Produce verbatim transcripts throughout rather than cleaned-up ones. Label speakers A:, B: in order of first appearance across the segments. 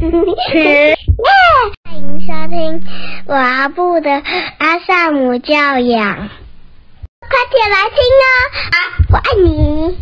A: 耶！欢迎收听我阿布的阿萨姆教养，快点来听哦！啊，我爱你。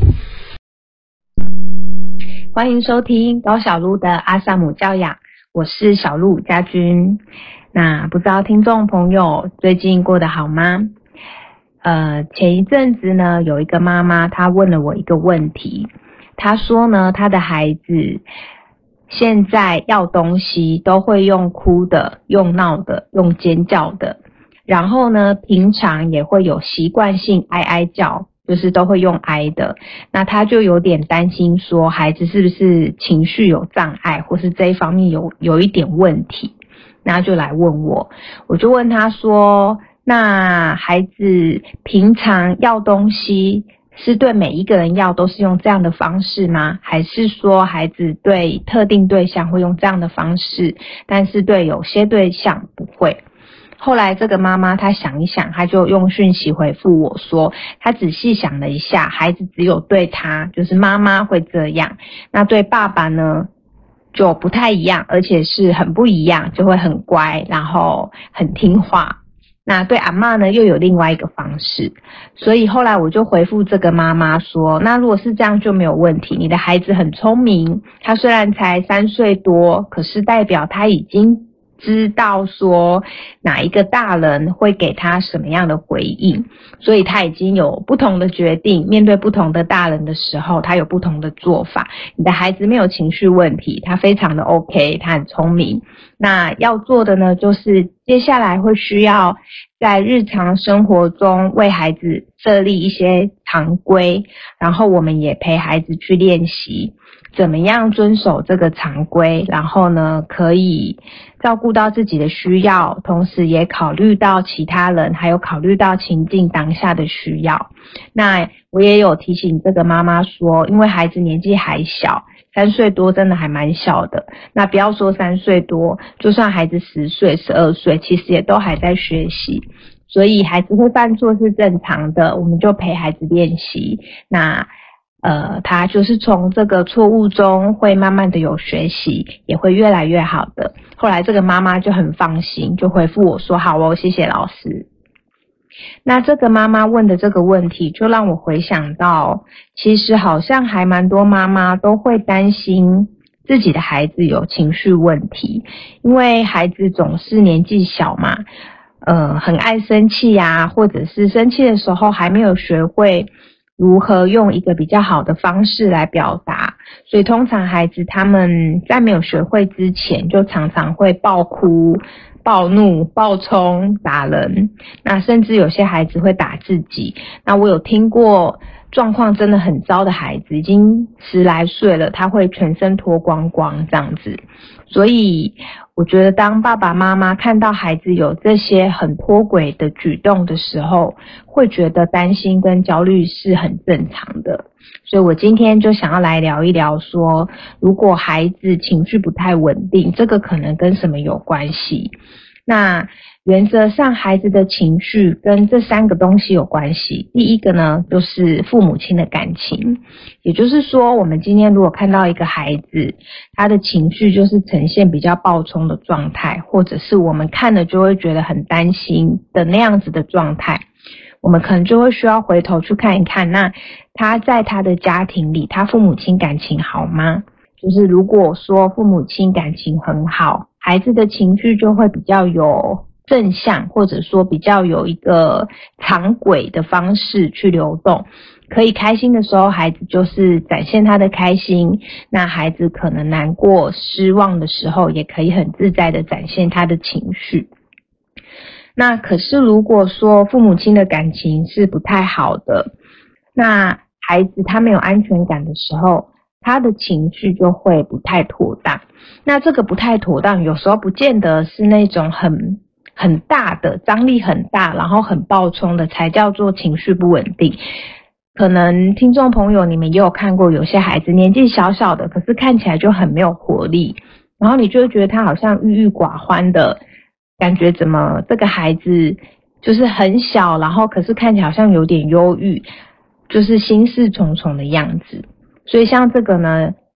B: 欢迎收听高小鹿的阿萨姆教养，我是小鹿家君。那不知道听众朋友最近过得好吗？呃，前一阵子呢，有一个妈妈她问了我一个问题，她说呢，她的孩子现在要东西都会用哭的、用闹的、用尖叫的，然后呢，平常也会有习惯性哀哀叫，就是都会用哀的。那她就有点担心说，孩子是不是情绪有障碍，或是这一方面有有一点问题，那就来问我。我就问她说，那孩子平常要东西是对每一个人要都是用这样的方式吗？还是说孩子对特定对象会用这样的方式，但是对有些对象不会？后来这个妈妈她想一想，她就用讯息回复我说，她仔细想了一下，孩子只有对她，就是妈妈会这样，那对爸爸呢就不太一样，而且是很不一样，就会很乖，然后很听话。那对阿嬷呢又有另外一个方式，所以后来我就回复这个妈妈说，那如果是这样就没有问题，你的孩子很聪明，他虽然才三岁多，可是代表他已经知道说哪一个大人会给他什么样的回应，所以他已经有不同的决定，面对不同的大人的时候他有不同的做法。你的孩子没有情绪问题，他非常的 OK， 他很聪明。那要做的呢，就是接下来会需要在日常生活中为孩子设立一些常规，然后我们也陪孩子去练习怎么样遵守这个常规，然后呢可以照顾到自己的需要，同时也考虑到其他人，还有考虑到情境当下的需要。那我也有提醒这个妈妈说，因为孩子年纪还小，三岁多真的还蛮小的，那不要说三岁多，就算孩子十岁、十二岁，其实也都还在学习，所以孩子会犯错是正常的，我们就陪孩子练习。那呃，他就是从这个错误中会慢慢的有学习，也会越来越好的。后来这个妈妈就很放心，就回复我说，好哦，谢谢老师。那这个妈妈问的这个问题，就让我回想到，其实好像还蛮多妈妈都会担心自己的孩子有情绪问题，因为孩子总是年纪小嘛，呃，很爱生气啊，或者是生气的时候还没有学会如何用一个比较好的方式来表达，所以通常孩子他们在没有学会之前，就常常会爆哭、暴怒、暴冲、打人，那甚至有些孩子会打自己。那我有听过状况真的很糟的孩子，已经十来岁了，他会全身脱光光这样子。所以我觉得当爸爸妈妈看到孩子有这些很脱轨的举动的时候，会觉得担心跟焦虑是很正常的。所以我今天就想要来聊一聊说，如果孩子情绪不太稳定，这个可能跟什么有关系。那原则上孩子的情绪跟这三个东西有关系。第一个呢，就是父母亲的感情，也就是说我们今天如果看到一个孩子，他的情绪就是呈现比较暴冲的状态，或者是我们看了就会觉得很担心的那样子的状态，我们可能就会需要回头去看一看，那他在他的家庭里，他父母亲感情好吗？就是如果说父母亲感情很好，孩子的情绪就会比较有正向，或者说比较有一个常轨的方式去流动。可以开心的时候，孩子就是展现他的开心，那孩子可能难过、失望的时候，也可以很自在的展现他的情绪。那可是如果说父母亲的感情是不太好的，那孩子他没有安全感的时候，他的情绪就会不太妥当。那这个不太妥当有时候不见得是那种很很大的张力很大然后很暴冲的才叫做情绪不稳定。可能听众朋友你们也有看过，有些孩子年纪小小的，可是看起来就很没有活力，然后你就会觉得他好像郁郁寡欢的感觉，怎么这个孩子就是很小，然后可是看起来好像有点忧郁，就是心事重重的样子。所以像这个呢，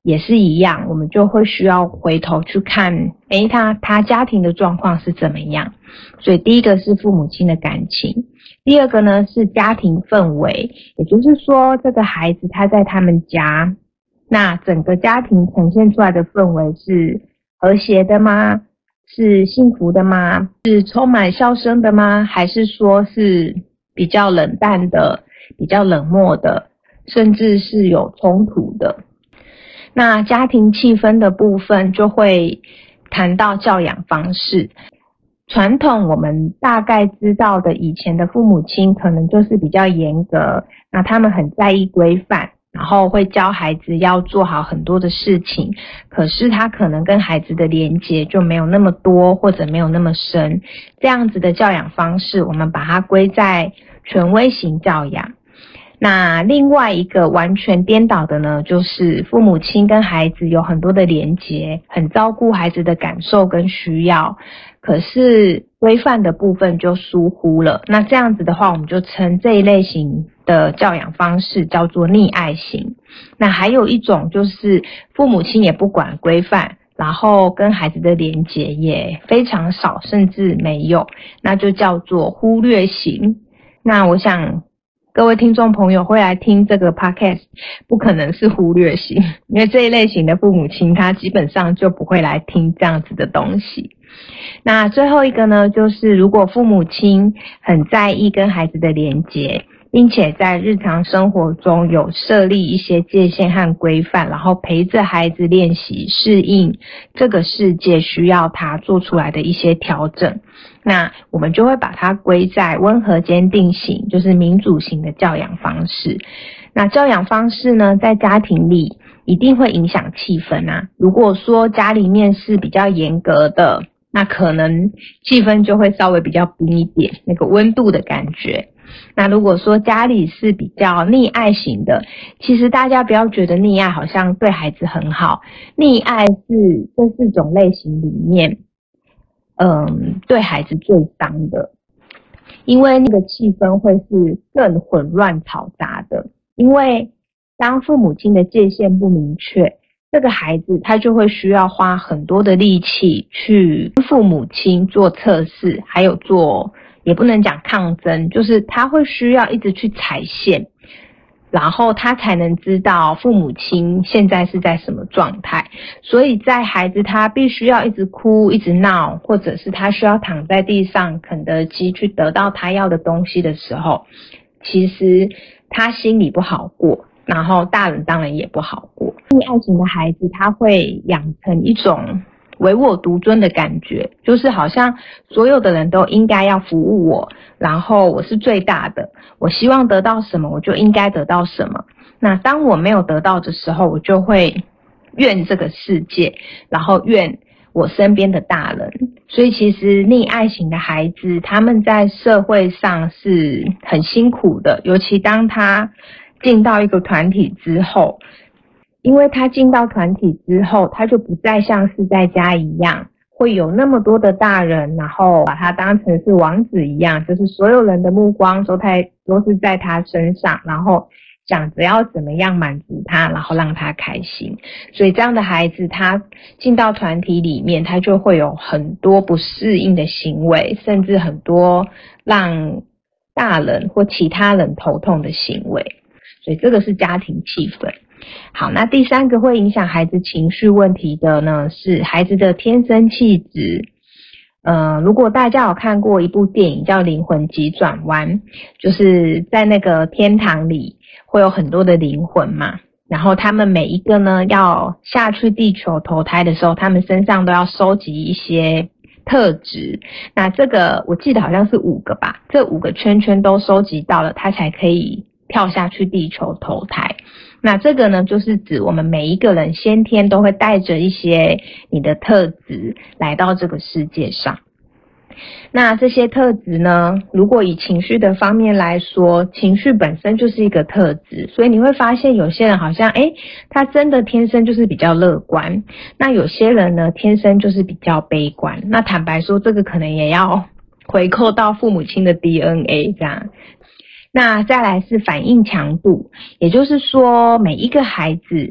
B: 也是一样，我们就会需要回头去看，诶，他他家庭的状况是怎么样。所以第一个是父母亲的感情，第二个呢是家庭氛围，也就是说这个孩子他在他们家，那整个家庭呈现出来的氛围是和谐的吗？是幸福的吗？是充满笑声的吗？还是说是比较冷淡的，比较冷漠的，甚至是有冲突的？那家庭气氛的部分就会谈到教养方式。传统我们大概知道的，以前的父母亲可能就是比较严格，那他们很在意规范，然后会教孩子要做好很多的事情，可是他可能跟孩子的连结就没有那么多，或者没有那么深。这样子的教养方式，我们把它归在权威型教养。那另外一个完全颠倒的呢，就是父母亲跟孩子有很多的连结，很照顾孩子的感受跟需要，可是规范的部分就疏忽了。那这样子的话，我们就称这一类型的教养方式叫做溺爱型。那还有一种就是父母亲也不管规范，然后跟孩子的连结也非常少，甚至没有，那就叫做忽略型。那我想各位听众朋友会来听这个 podcast， 不可能是忽略型，因为这一类型的父母亲他基本上就不会来听这样子的东西。那最后一个呢，就是如果父母亲很在意跟孩子的连结，并且在日常生活中有设立一些界限和规范，然后陪着孩子练习适应这个世界需要他做出来的一些调整，那我们就会把它归在温和坚定型，就是民主型的教养方式。那教养方式呢，在家庭里一定会影响气氛啊。如果说家里面是比较严格的，那可能气氛就会稍微比较冰一点，那个温度的感觉。那如果说家里是比较溺爱型的，其实大家不要觉得溺爱好像对孩子很好，溺爱是这四种类型里面嗯，对孩子最伤的，因为那个气氛会是更混乱嘈杂的。因为当父母亲的界限不明确，这个孩子他就会需要花很多的力气去跟父母亲做测试，还有做，也不能讲抗争，就是他会需要一直去踩线，然后他才能知道父母亲现在是在什么状态。所以在孩子他必须要一直哭一直闹，或者是他需要躺在地上肯德基去得到他要的东西的时候，其实他心里不好过，然后大人当然也不好过。溺爱型的孩子他会养成一种唯我独尊的感觉，就是好像所有的人都应该要服务我，然后我是最大的，我希望得到什么我就应该得到什么。那当我没有得到的时候，我就会怨这个世界，然后怨我身边的大人。所以其实溺爱型的孩子他们在社会上是很辛苦的，尤其当他进到一个团体之后，因为他进到团体之后，他就不再像是在家一样会有那么多的大人，然后把他当成是王子一样，就是所有人的目光都在都是在他身上，然后想着要怎么样满足他，然后让他开心。所以这样的孩子他进到团体里面，他就会有很多不适应的行为，甚至很多让大人或其他人头痛的行为。所以这个是家庭气氛。好，那第三个会影响孩子情绪问题的呢，是孩子的天生气质。呃，如果大家有看过一部电影叫《灵魂急转弯》，就是在那个天堂里会有很多的灵魂嘛，然后他们每一个呢要下去地球投胎的时候，他们身上都要收集一些特质。那这个我记得好像是五个吧，这五个圈圈都收集到了，他才可以跳下去地球投胎。那这个呢，就是指我们每一个人先天都会带着一些你的特质来到这个世界上。那这些特质呢，如果以情绪的方面来说，情绪本身就是一个特质，所以你会发现有些人好像诶他真的天生就是比较乐观，那有些人呢天生就是比较悲观。那坦白说，这个可能也要回扣到父母亲的 D N A 这样。那再来是反应强度，也就是说每一个孩子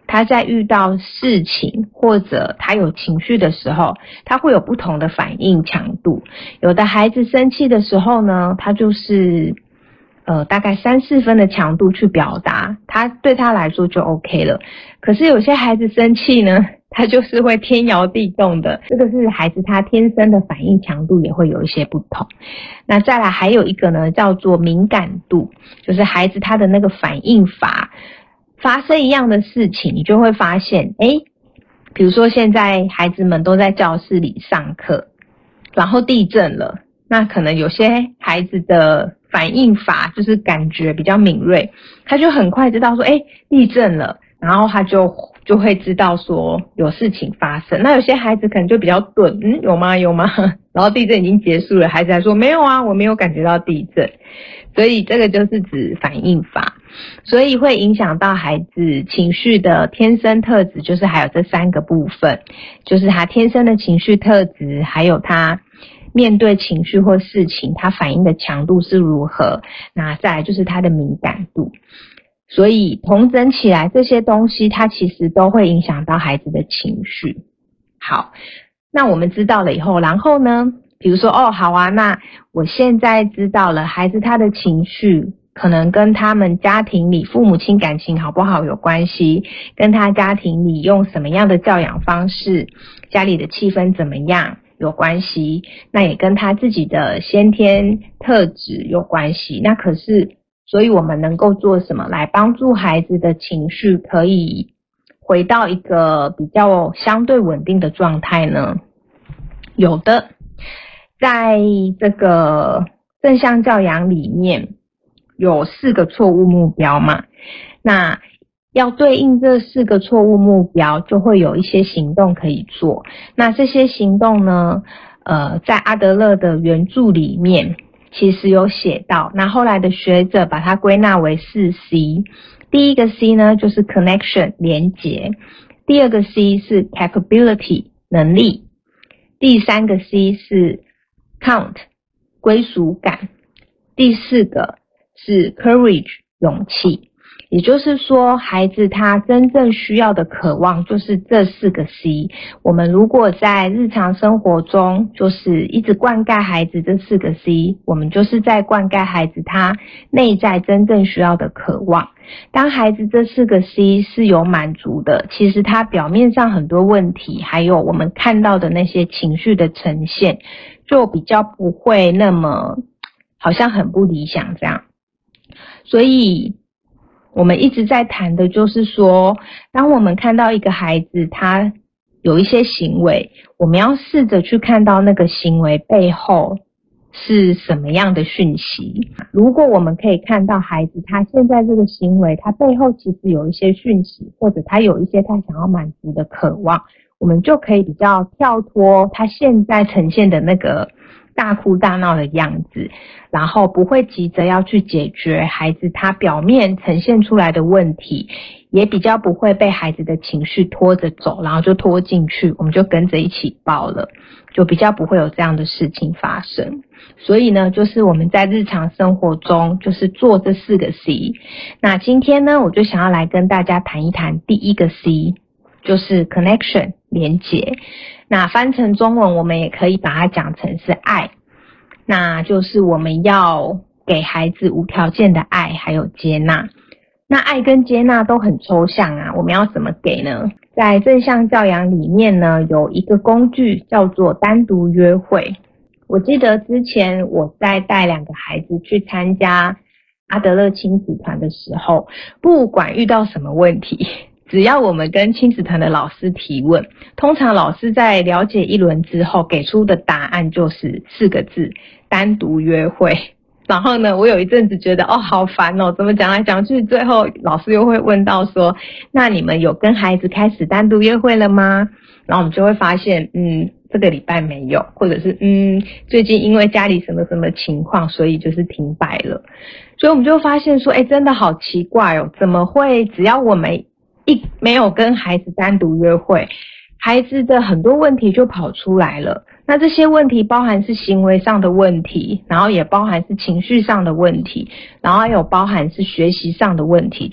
B: 他在遇到事情或者他有情绪的时候，他会有不同的反应强度。有的孩子生气的时候呢，他就是呃大概三四分的强度去表达，他对他来说就 OK 了。可是有些孩子生气呢，他就是会天摇地动的，这个是孩子他天生的反应强度也会有一些不同。那再来还有一个呢，叫做敏感度，就是孩子他的那个反应法，发生一样的事情，你就会发现，诶，比如说现在孩子们都在教室里上课，然后地震了，那可能有些孩子的反应法就是感觉比较敏锐，他就很快知道说，诶，地震了，然后他就就会知道说有事情发生。那有些孩子可能就比较钝，嗯，有吗有吗？然后地震已经结束了，孩子还说没有啊，我没有感觉到地震。所以这个就是指反应法，所以会影响到孩子情绪的天生特质，就是还有这三个部分，就是他天生的情绪特质，还有他面对情绪或事情他反应的强度是如何，那再来就是他的敏感度。所以统整起来，这些东西它其实都会影响到孩子的情绪。好，那我们知道了以后，然后呢，比如说哦好啊，那我现在知道了孩子他的情绪可能跟他们家庭里父母亲感情好不好有关系，跟他家庭里用什么样的教养方式，家里的气氛怎么样有关系，那也跟他自己的先天特质有关系。那可是所以我们能够做什么来帮助孩子的情绪可以回到一个比较相对稳定的状态呢？有的，在这个正向教养里面有四个错误目标嘛，那要对应这四个错误目标，就会有一些行动可以做。那这些行动呢，呃，在阿德勒的原著里面其实有写到，那后来的学者把它归纳为四 C。第一个 C 呢，就是 connection 连结，第二个 C 是 capability 能力，第三个 C 是 count 归属感，第四个是 courage 勇气。也就是说，孩子他真正需要的渴望就是这四个 C。我们如果在日常生活中就是一直灌溉孩子这四个 C， 我们就是在灌溉孩子他内在真正需要的渴望。当孩子这四个 C 是有满足的，其实他表面上很多问题，还有我们看到的那些情绪的呈现，就比较不会那么好像很不理想这样。所以我们一直在谈的就是说，当我们看到一个孩子他有一些行为，我们要试着去看到那个行为背后是什么样的讯息。如果我们可以看到孩子他现在这个行为，他背后其实有一些讯息，或者他有一些他想要满足的渴望，我们就可以比较跳脱他现在呈现的那个大哭大闹的样子，然后不会急着要去解决孩子他表面呈现出来的问题，也比较不会被孩子的情绪拖着走，然后就拖进去，我们就跟着一起爆了，就比较不会有这样的事情发生。所以呢，就是我们在日常生活中就是做这四个 C。 那今天呢，我就想要来跟大家谈一谈第一个 C， 就是 connection 连结。那翻成中文我们也可以把它讲成是爱，那就是我们要给孩子无条件的爱还有接纳。那爱跟接纳都很抽象啊，我们要怎么给呢？在正向教养里面呢，有一个工具叫做单独约会。我记得之前我在带两个孩子去参加阿德勒亲子团的时候，不管遇到什么问题，只要我们跟亲子团的老师提问，通常老师在了解一轮之后给出的答案就是四个字：单独约会。然后呢，我有一阵子觉得哦好烦哦，怎么讲来讲去，最后老师又会问到说，那你们有跟孩子开始单独约会了吗？然后我们就会发现，嗯，这个礼拜没有，或者是嗯，最近因为家里什么什么情况，所以就是停摆了。所以我们就发现说，诶，真的好奇怪哦，怎么会只要我们一没有跟孩子单独约会，孩子的很多问题就跑出来了。那这些问题包含是行为上的问题，然后也包含是情绪上的问题，然后还有包含是学习上的问题，就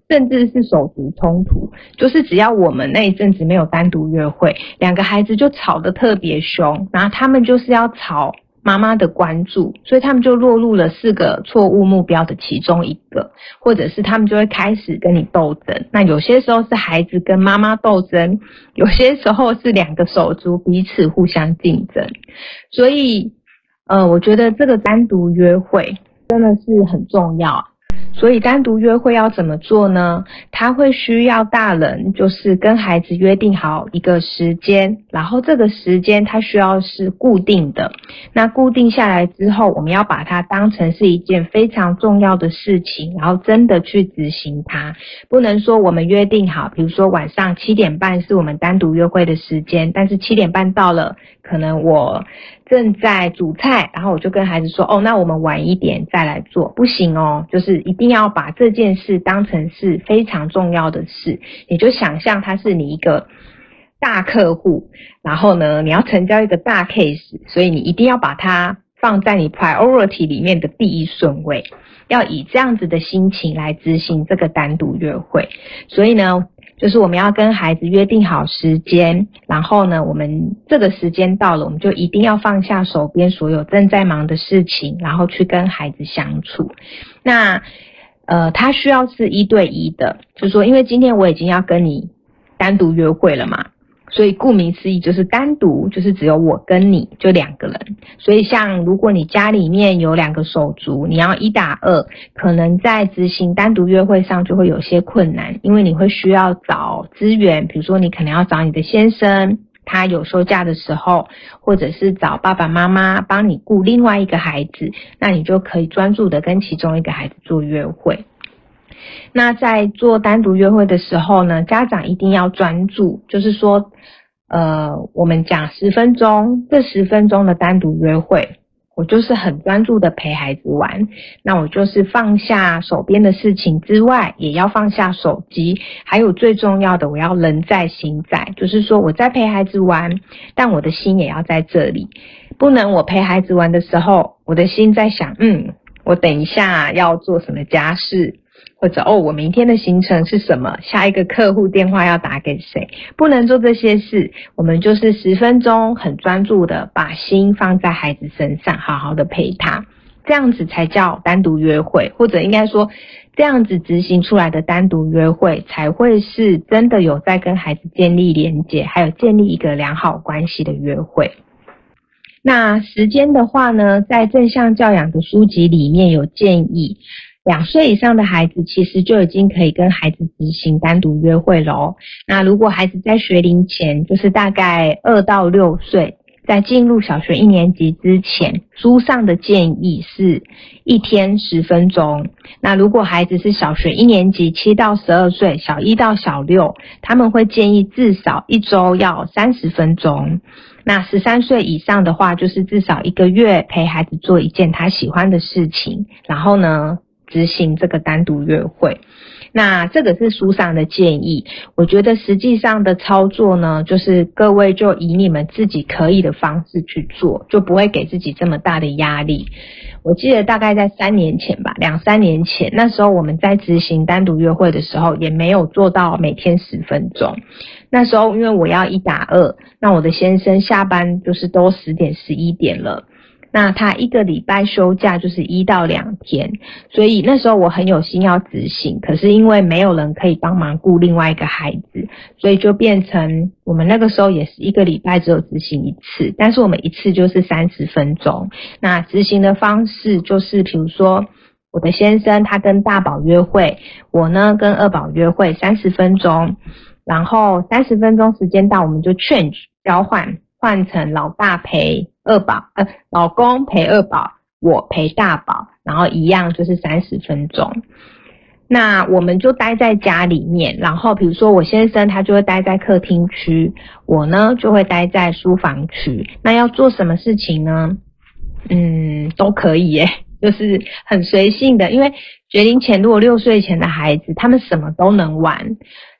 B: 甚至是手足冲突，就是只要我们那一阵子没有单独约会，两个孩子就吵得特别凶，然后他们就是要吵妈妈的关注，所以他们就落入了四个错误目标的其中一个，或者是他们就会开始跟你斗争。那有些时候是孩子跟妈妈斗争，有些时候是两个手足彼此互相竞争。所以呃，我觉得这个单独约会真的是很重要。所以单独约会要怎么做呢？他会需要大人就是跟孩子约定好一个时间，然后这个时间它需要是固定的。那固定下来之后，我们要把它当成是一件非常重要的事情，然后真的去执行它。不能说我们约定好，比如说晚上七点半是我们单独约会的时间，但是七点半到了，可能我正在煮菜，然后我就跟孩子说，哦，那我们晚一点再来做。不行哦，就是一定要把这件事当成是非常重要的事。你就想象它是你一个大客户，然后呢，你要成交一个大 case， 所以你一定要把它放在你 priority 里面的第一顺位，要以这样子的心情来执行这个单独约会。所以呢，就是我们要跟孩子约定好时间，然后呢，我们这个时间到了，我们就一定要放下手边所有正在忙的事情，然后去跟孩子相处。那呃，他需要是一对一的，就是说因为今天我已经要跟你单独约会了嘛，所以顾名思义就是单独，就是只有我跟你，就两个人。所以像如果你家里面有两个手足，你要一打二，可能在执行单独约会上就会有些困难，因为你会需要找资源，比如说你可能要找你的先生，他有休假的时候，或者是找爸爸妈妈帮你顾另外一个孩子，那你就可以专注的跟其中一个孩子做约会。那在做单独约会的时候呢，家长一定要专注，就是说呃，我们讲十分钟，这十分钟的单独约会，我就是很专注的陪孩子玩，那我就是放下手边的事情之外，也要放下手机，还有最重要的，我要人在心在，就是说我在陪孩子玩，但我的心也要在这里，不能我陪孩子玩的时候，我的心在想，嗯，我等一下要做什么家事，或者哦，我明天的行程是什么？下一个客户电话要打给谁？不能做这些事，我们就是十分钟很专注的把心放在孩子身上，好好的陪他，这样子才叫单独约会，或者应该说这样子执行出来的单独约会才会是真的有在跟孩子建立连结，还有建立一个良好关系的约会。那时间的话呢，在正向教养的书籍里面有建议，两岁以上的孩子其实就已经可以跟孩子执行单独约会了哦。那如果孩子在学龄前，就是大概二到六岁，在进入小学一年级之前，书上的建议是一天十分钟。那如果孩子是小学一年级，七到十二岁，小一到小六，他们会建议至少一周要三十分钟。那十三岁以上的话，就是至少一个月陪孩子做一件他喜欢的事情，然后呢执行这个单独约会。那这个是书上的建议，我觉得实际上的操作呢，就是各位就以你们自己可以的方式去做，就不会给自己这么大的压力。我记得大概在三年前吧，两三年前，那时候我们在执行单独约会的时候，也没有做到每天十分钟。那时候因为我要一打二，那我的先生下班就是都十点十一点了，那他一个礼拜休假就是一到两天，所以那时候我很有心要执行，可是因为没有人可以帮忙顾另外一个孩子，所以就变成我们那个时候也是一个礼拜只有执行一次，但是我们一次就是三十分钟。那执行的方式就是比如说我的先生他跟大宝约会，我呢跟二宝约会三十分钟，然后三十分钟时间到我们就 change 交换，换成老大陪二宝，呃，老公陪二宝，我陪大宝，然后一样就是三十分钟。那我们就待在家里面，然后比如说我先生他就会待在客厅区，我呢就会待在书房区。那要做什么事情呢？嗯，都可以耶，就是很随性的，因为学龄前如果六岁前的孩子，他们什么都能玩。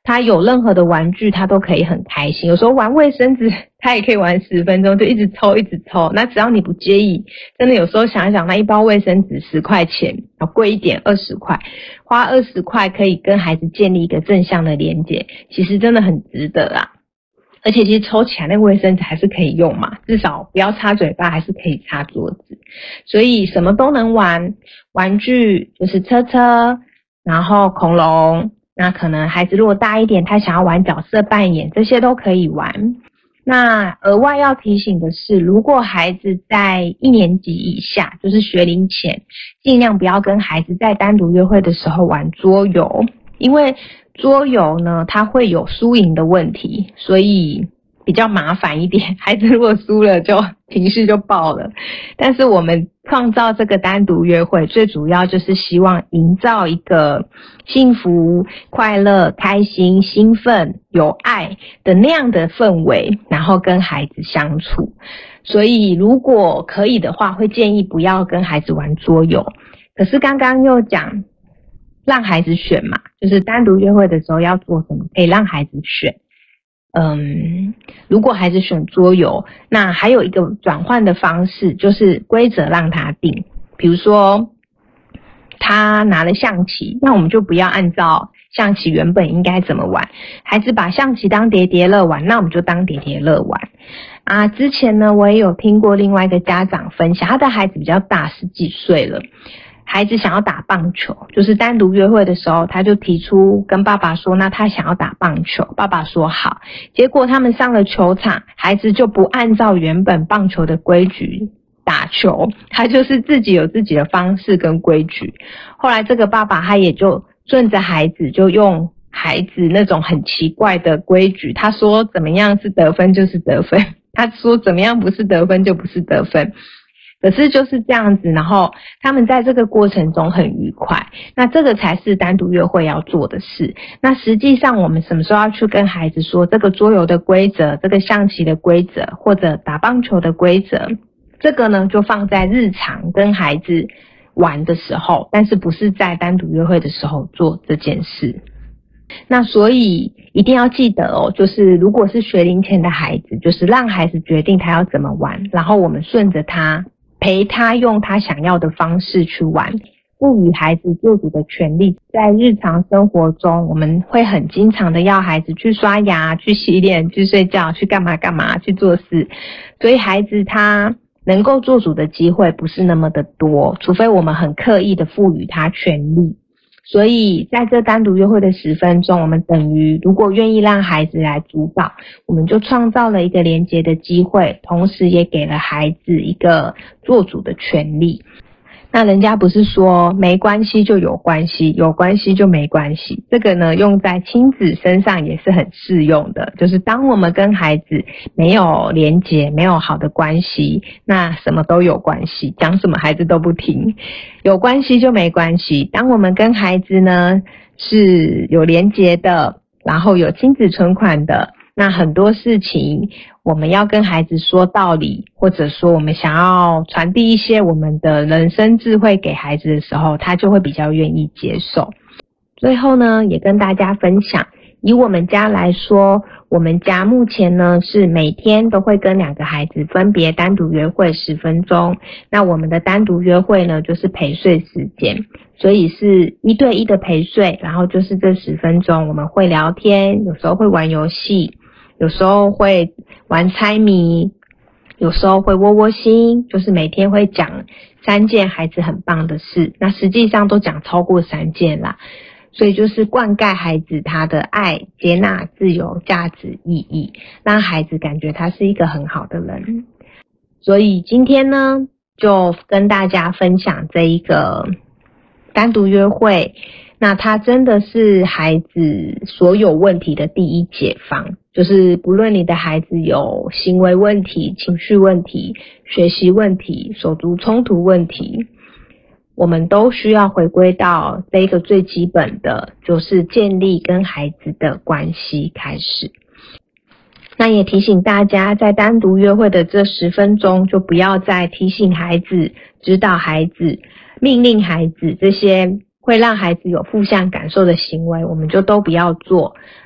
B: 他有任何的玩具他都可以很开心，有时候玩卫生纸他也可以玩十分钟，就一直抽一直抽，那只要你不介意，真的有时候想一想，那一包卫生纸十块钱，贵一点二十块，花二十块可以跟孩子建立一个正向的连结，其实真的很值得啊。而且其实抽起来那个卫生纸还是可以用嘛，至少不要擦嘴巴，还是可以擦桌子，所以什么都能玩，玩具就是车车，然后恐龙，那可能孩子如果大一点，他想要玩角色扮演，这些都可以玩。那额外要提醒的是，如果孩子在一年级以下，就是学龄前，尽量不要跟孩子在单独约会的时候玩桌游，因为桌游呢，它会有输赢的问题，所以比较麻烦一点，孩子如果输了就情绪就爆了。但是我们创造这个单独约会，最主要就是希望营造一个幸福、快乐、开心、兴奋、有爱的那样的氛围，然后跟孩子相处。所以如果可以的话，会建议不要跟孩子玩桌游。可是刚刚又讲让孩子选嘛，就是单独约会的时候要做什么，可以让孩子选。嗯，如果孩子选桌游，那还有一个转换的方式，就是规则让他定。比如说他拿了象棋，那我们就不要按照象棋原本应该怎么玩，孩子把象棋当叠叠乐玩，那我们就当叠叠乐玩啊。之前呢，我也有听过另外一个家长分享，他的孩子比较大，十几岁了，孩子想要打棒球，就是单独约会的时候，他就提出跟爸爸说，那他想要打棒球，爸爸说好。结果他们上了球场，孩子就不按照原本棒球的规矩打球，他就是自己有自己的方式跟规矩。后来这个爸爸他也就顺着孩子，就用孩子那种很奇怪的规矩，他说怎么样是得分就是得分，他说怎么样不是得分就不是得分。可是就是这样子，然后他们在这个过程中很愉快，那这个才是单独约会要做的事。那实际上我们什么时候要去跟孩子说这个桌游的规则，这个象棋的规则，或者打棒球的规则，这个呢就放在日常跟孩子玩的时候，但是不是在单独约会的时候做这件事。那所以一定要记得哦，就是如果是学龄前的孩子，就是让孩子决定他要怎么玩，然后我们顺着他，陪他用他想要的方式去玩，赋予孩子做主的权利。在日常生活中，我们会很经常的要孩子去刷牙、去洗脸、去睡觉、去干嘛干嘛、去做事，所以孩子他能够做主的机会不是那么的多，除非我们很刻意的赋予他权利。所以在这单独约会的十分钟，我们等于如果愿意让孩子来主导，我们就创造了一个连结的机会，同时也给了孩子一个做主的权利。那人家不是说没关系就有关系，有关系就没关系，这个呢用在亲子身上也是很适用的。就是当我们跟孩子没有连结，没有好的关系，那什么都有关系，讲什么孩子都不听。有关系就没关系，当我们跟孩子呢是有连结的，然后有亲子存款的，那很多事情我们要跟孩子说道理，或者说我们想要传递一些我们的人生智慧给孩子的时候，他就会比较愿意接受。最后呢，也跟大家分享，以我们家来说，我们家目前呢是每天都会跟两个孩子分别单独约会十分钟。那我们的单独约会呢就是陪睡时间，所以是一对一的陪睡，然后就是这十分钟我们会聊天，有时候会玩游戏，有时候会玩猜谜，有时候会窝窝心，就是每天会讲三件孩子很棒的事，那实际上都讲超过三件啦。所以就是灌溉孩子他的爱、接纳、自由、价值、意义，让孩子感觉他是一个很好的人。所以今天呢，就跟大家分享这一个单独约会，那它真的是孩子所有问题的第一解方，就是不论你的孩子有行为问题、情绪问题、学习问题、手足冲突问题，我们都需要回归到这个最基本的，就是建立跟孩子的关系开始。那也提醒大家，在单独约会的这十分钟，就不要再提醒孩子、指导孩子、命令孩子这些会让孩子有负向感受的行为，我们就都不要做。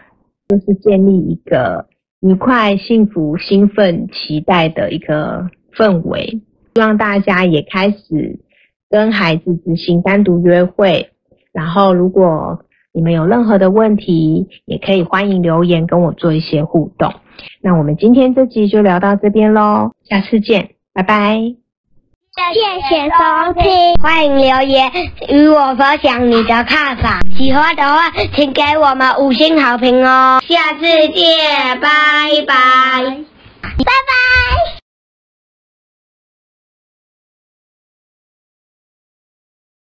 B: 就是建立一个愉快、幸福、兴奋、期待的一个氛围，希望大家也开始跟孩子执行单独约会。然后如果你们有任何的问题，也可以欢迎留言跟我做一些互动。那我们今天这集就聊到这边咯，下次见，拜拜。
A: 谢谢收听，欢迎留言与我分享你的看法。喜欢的话，请给我们五星好评哦。下次见，拜拜，拜拜。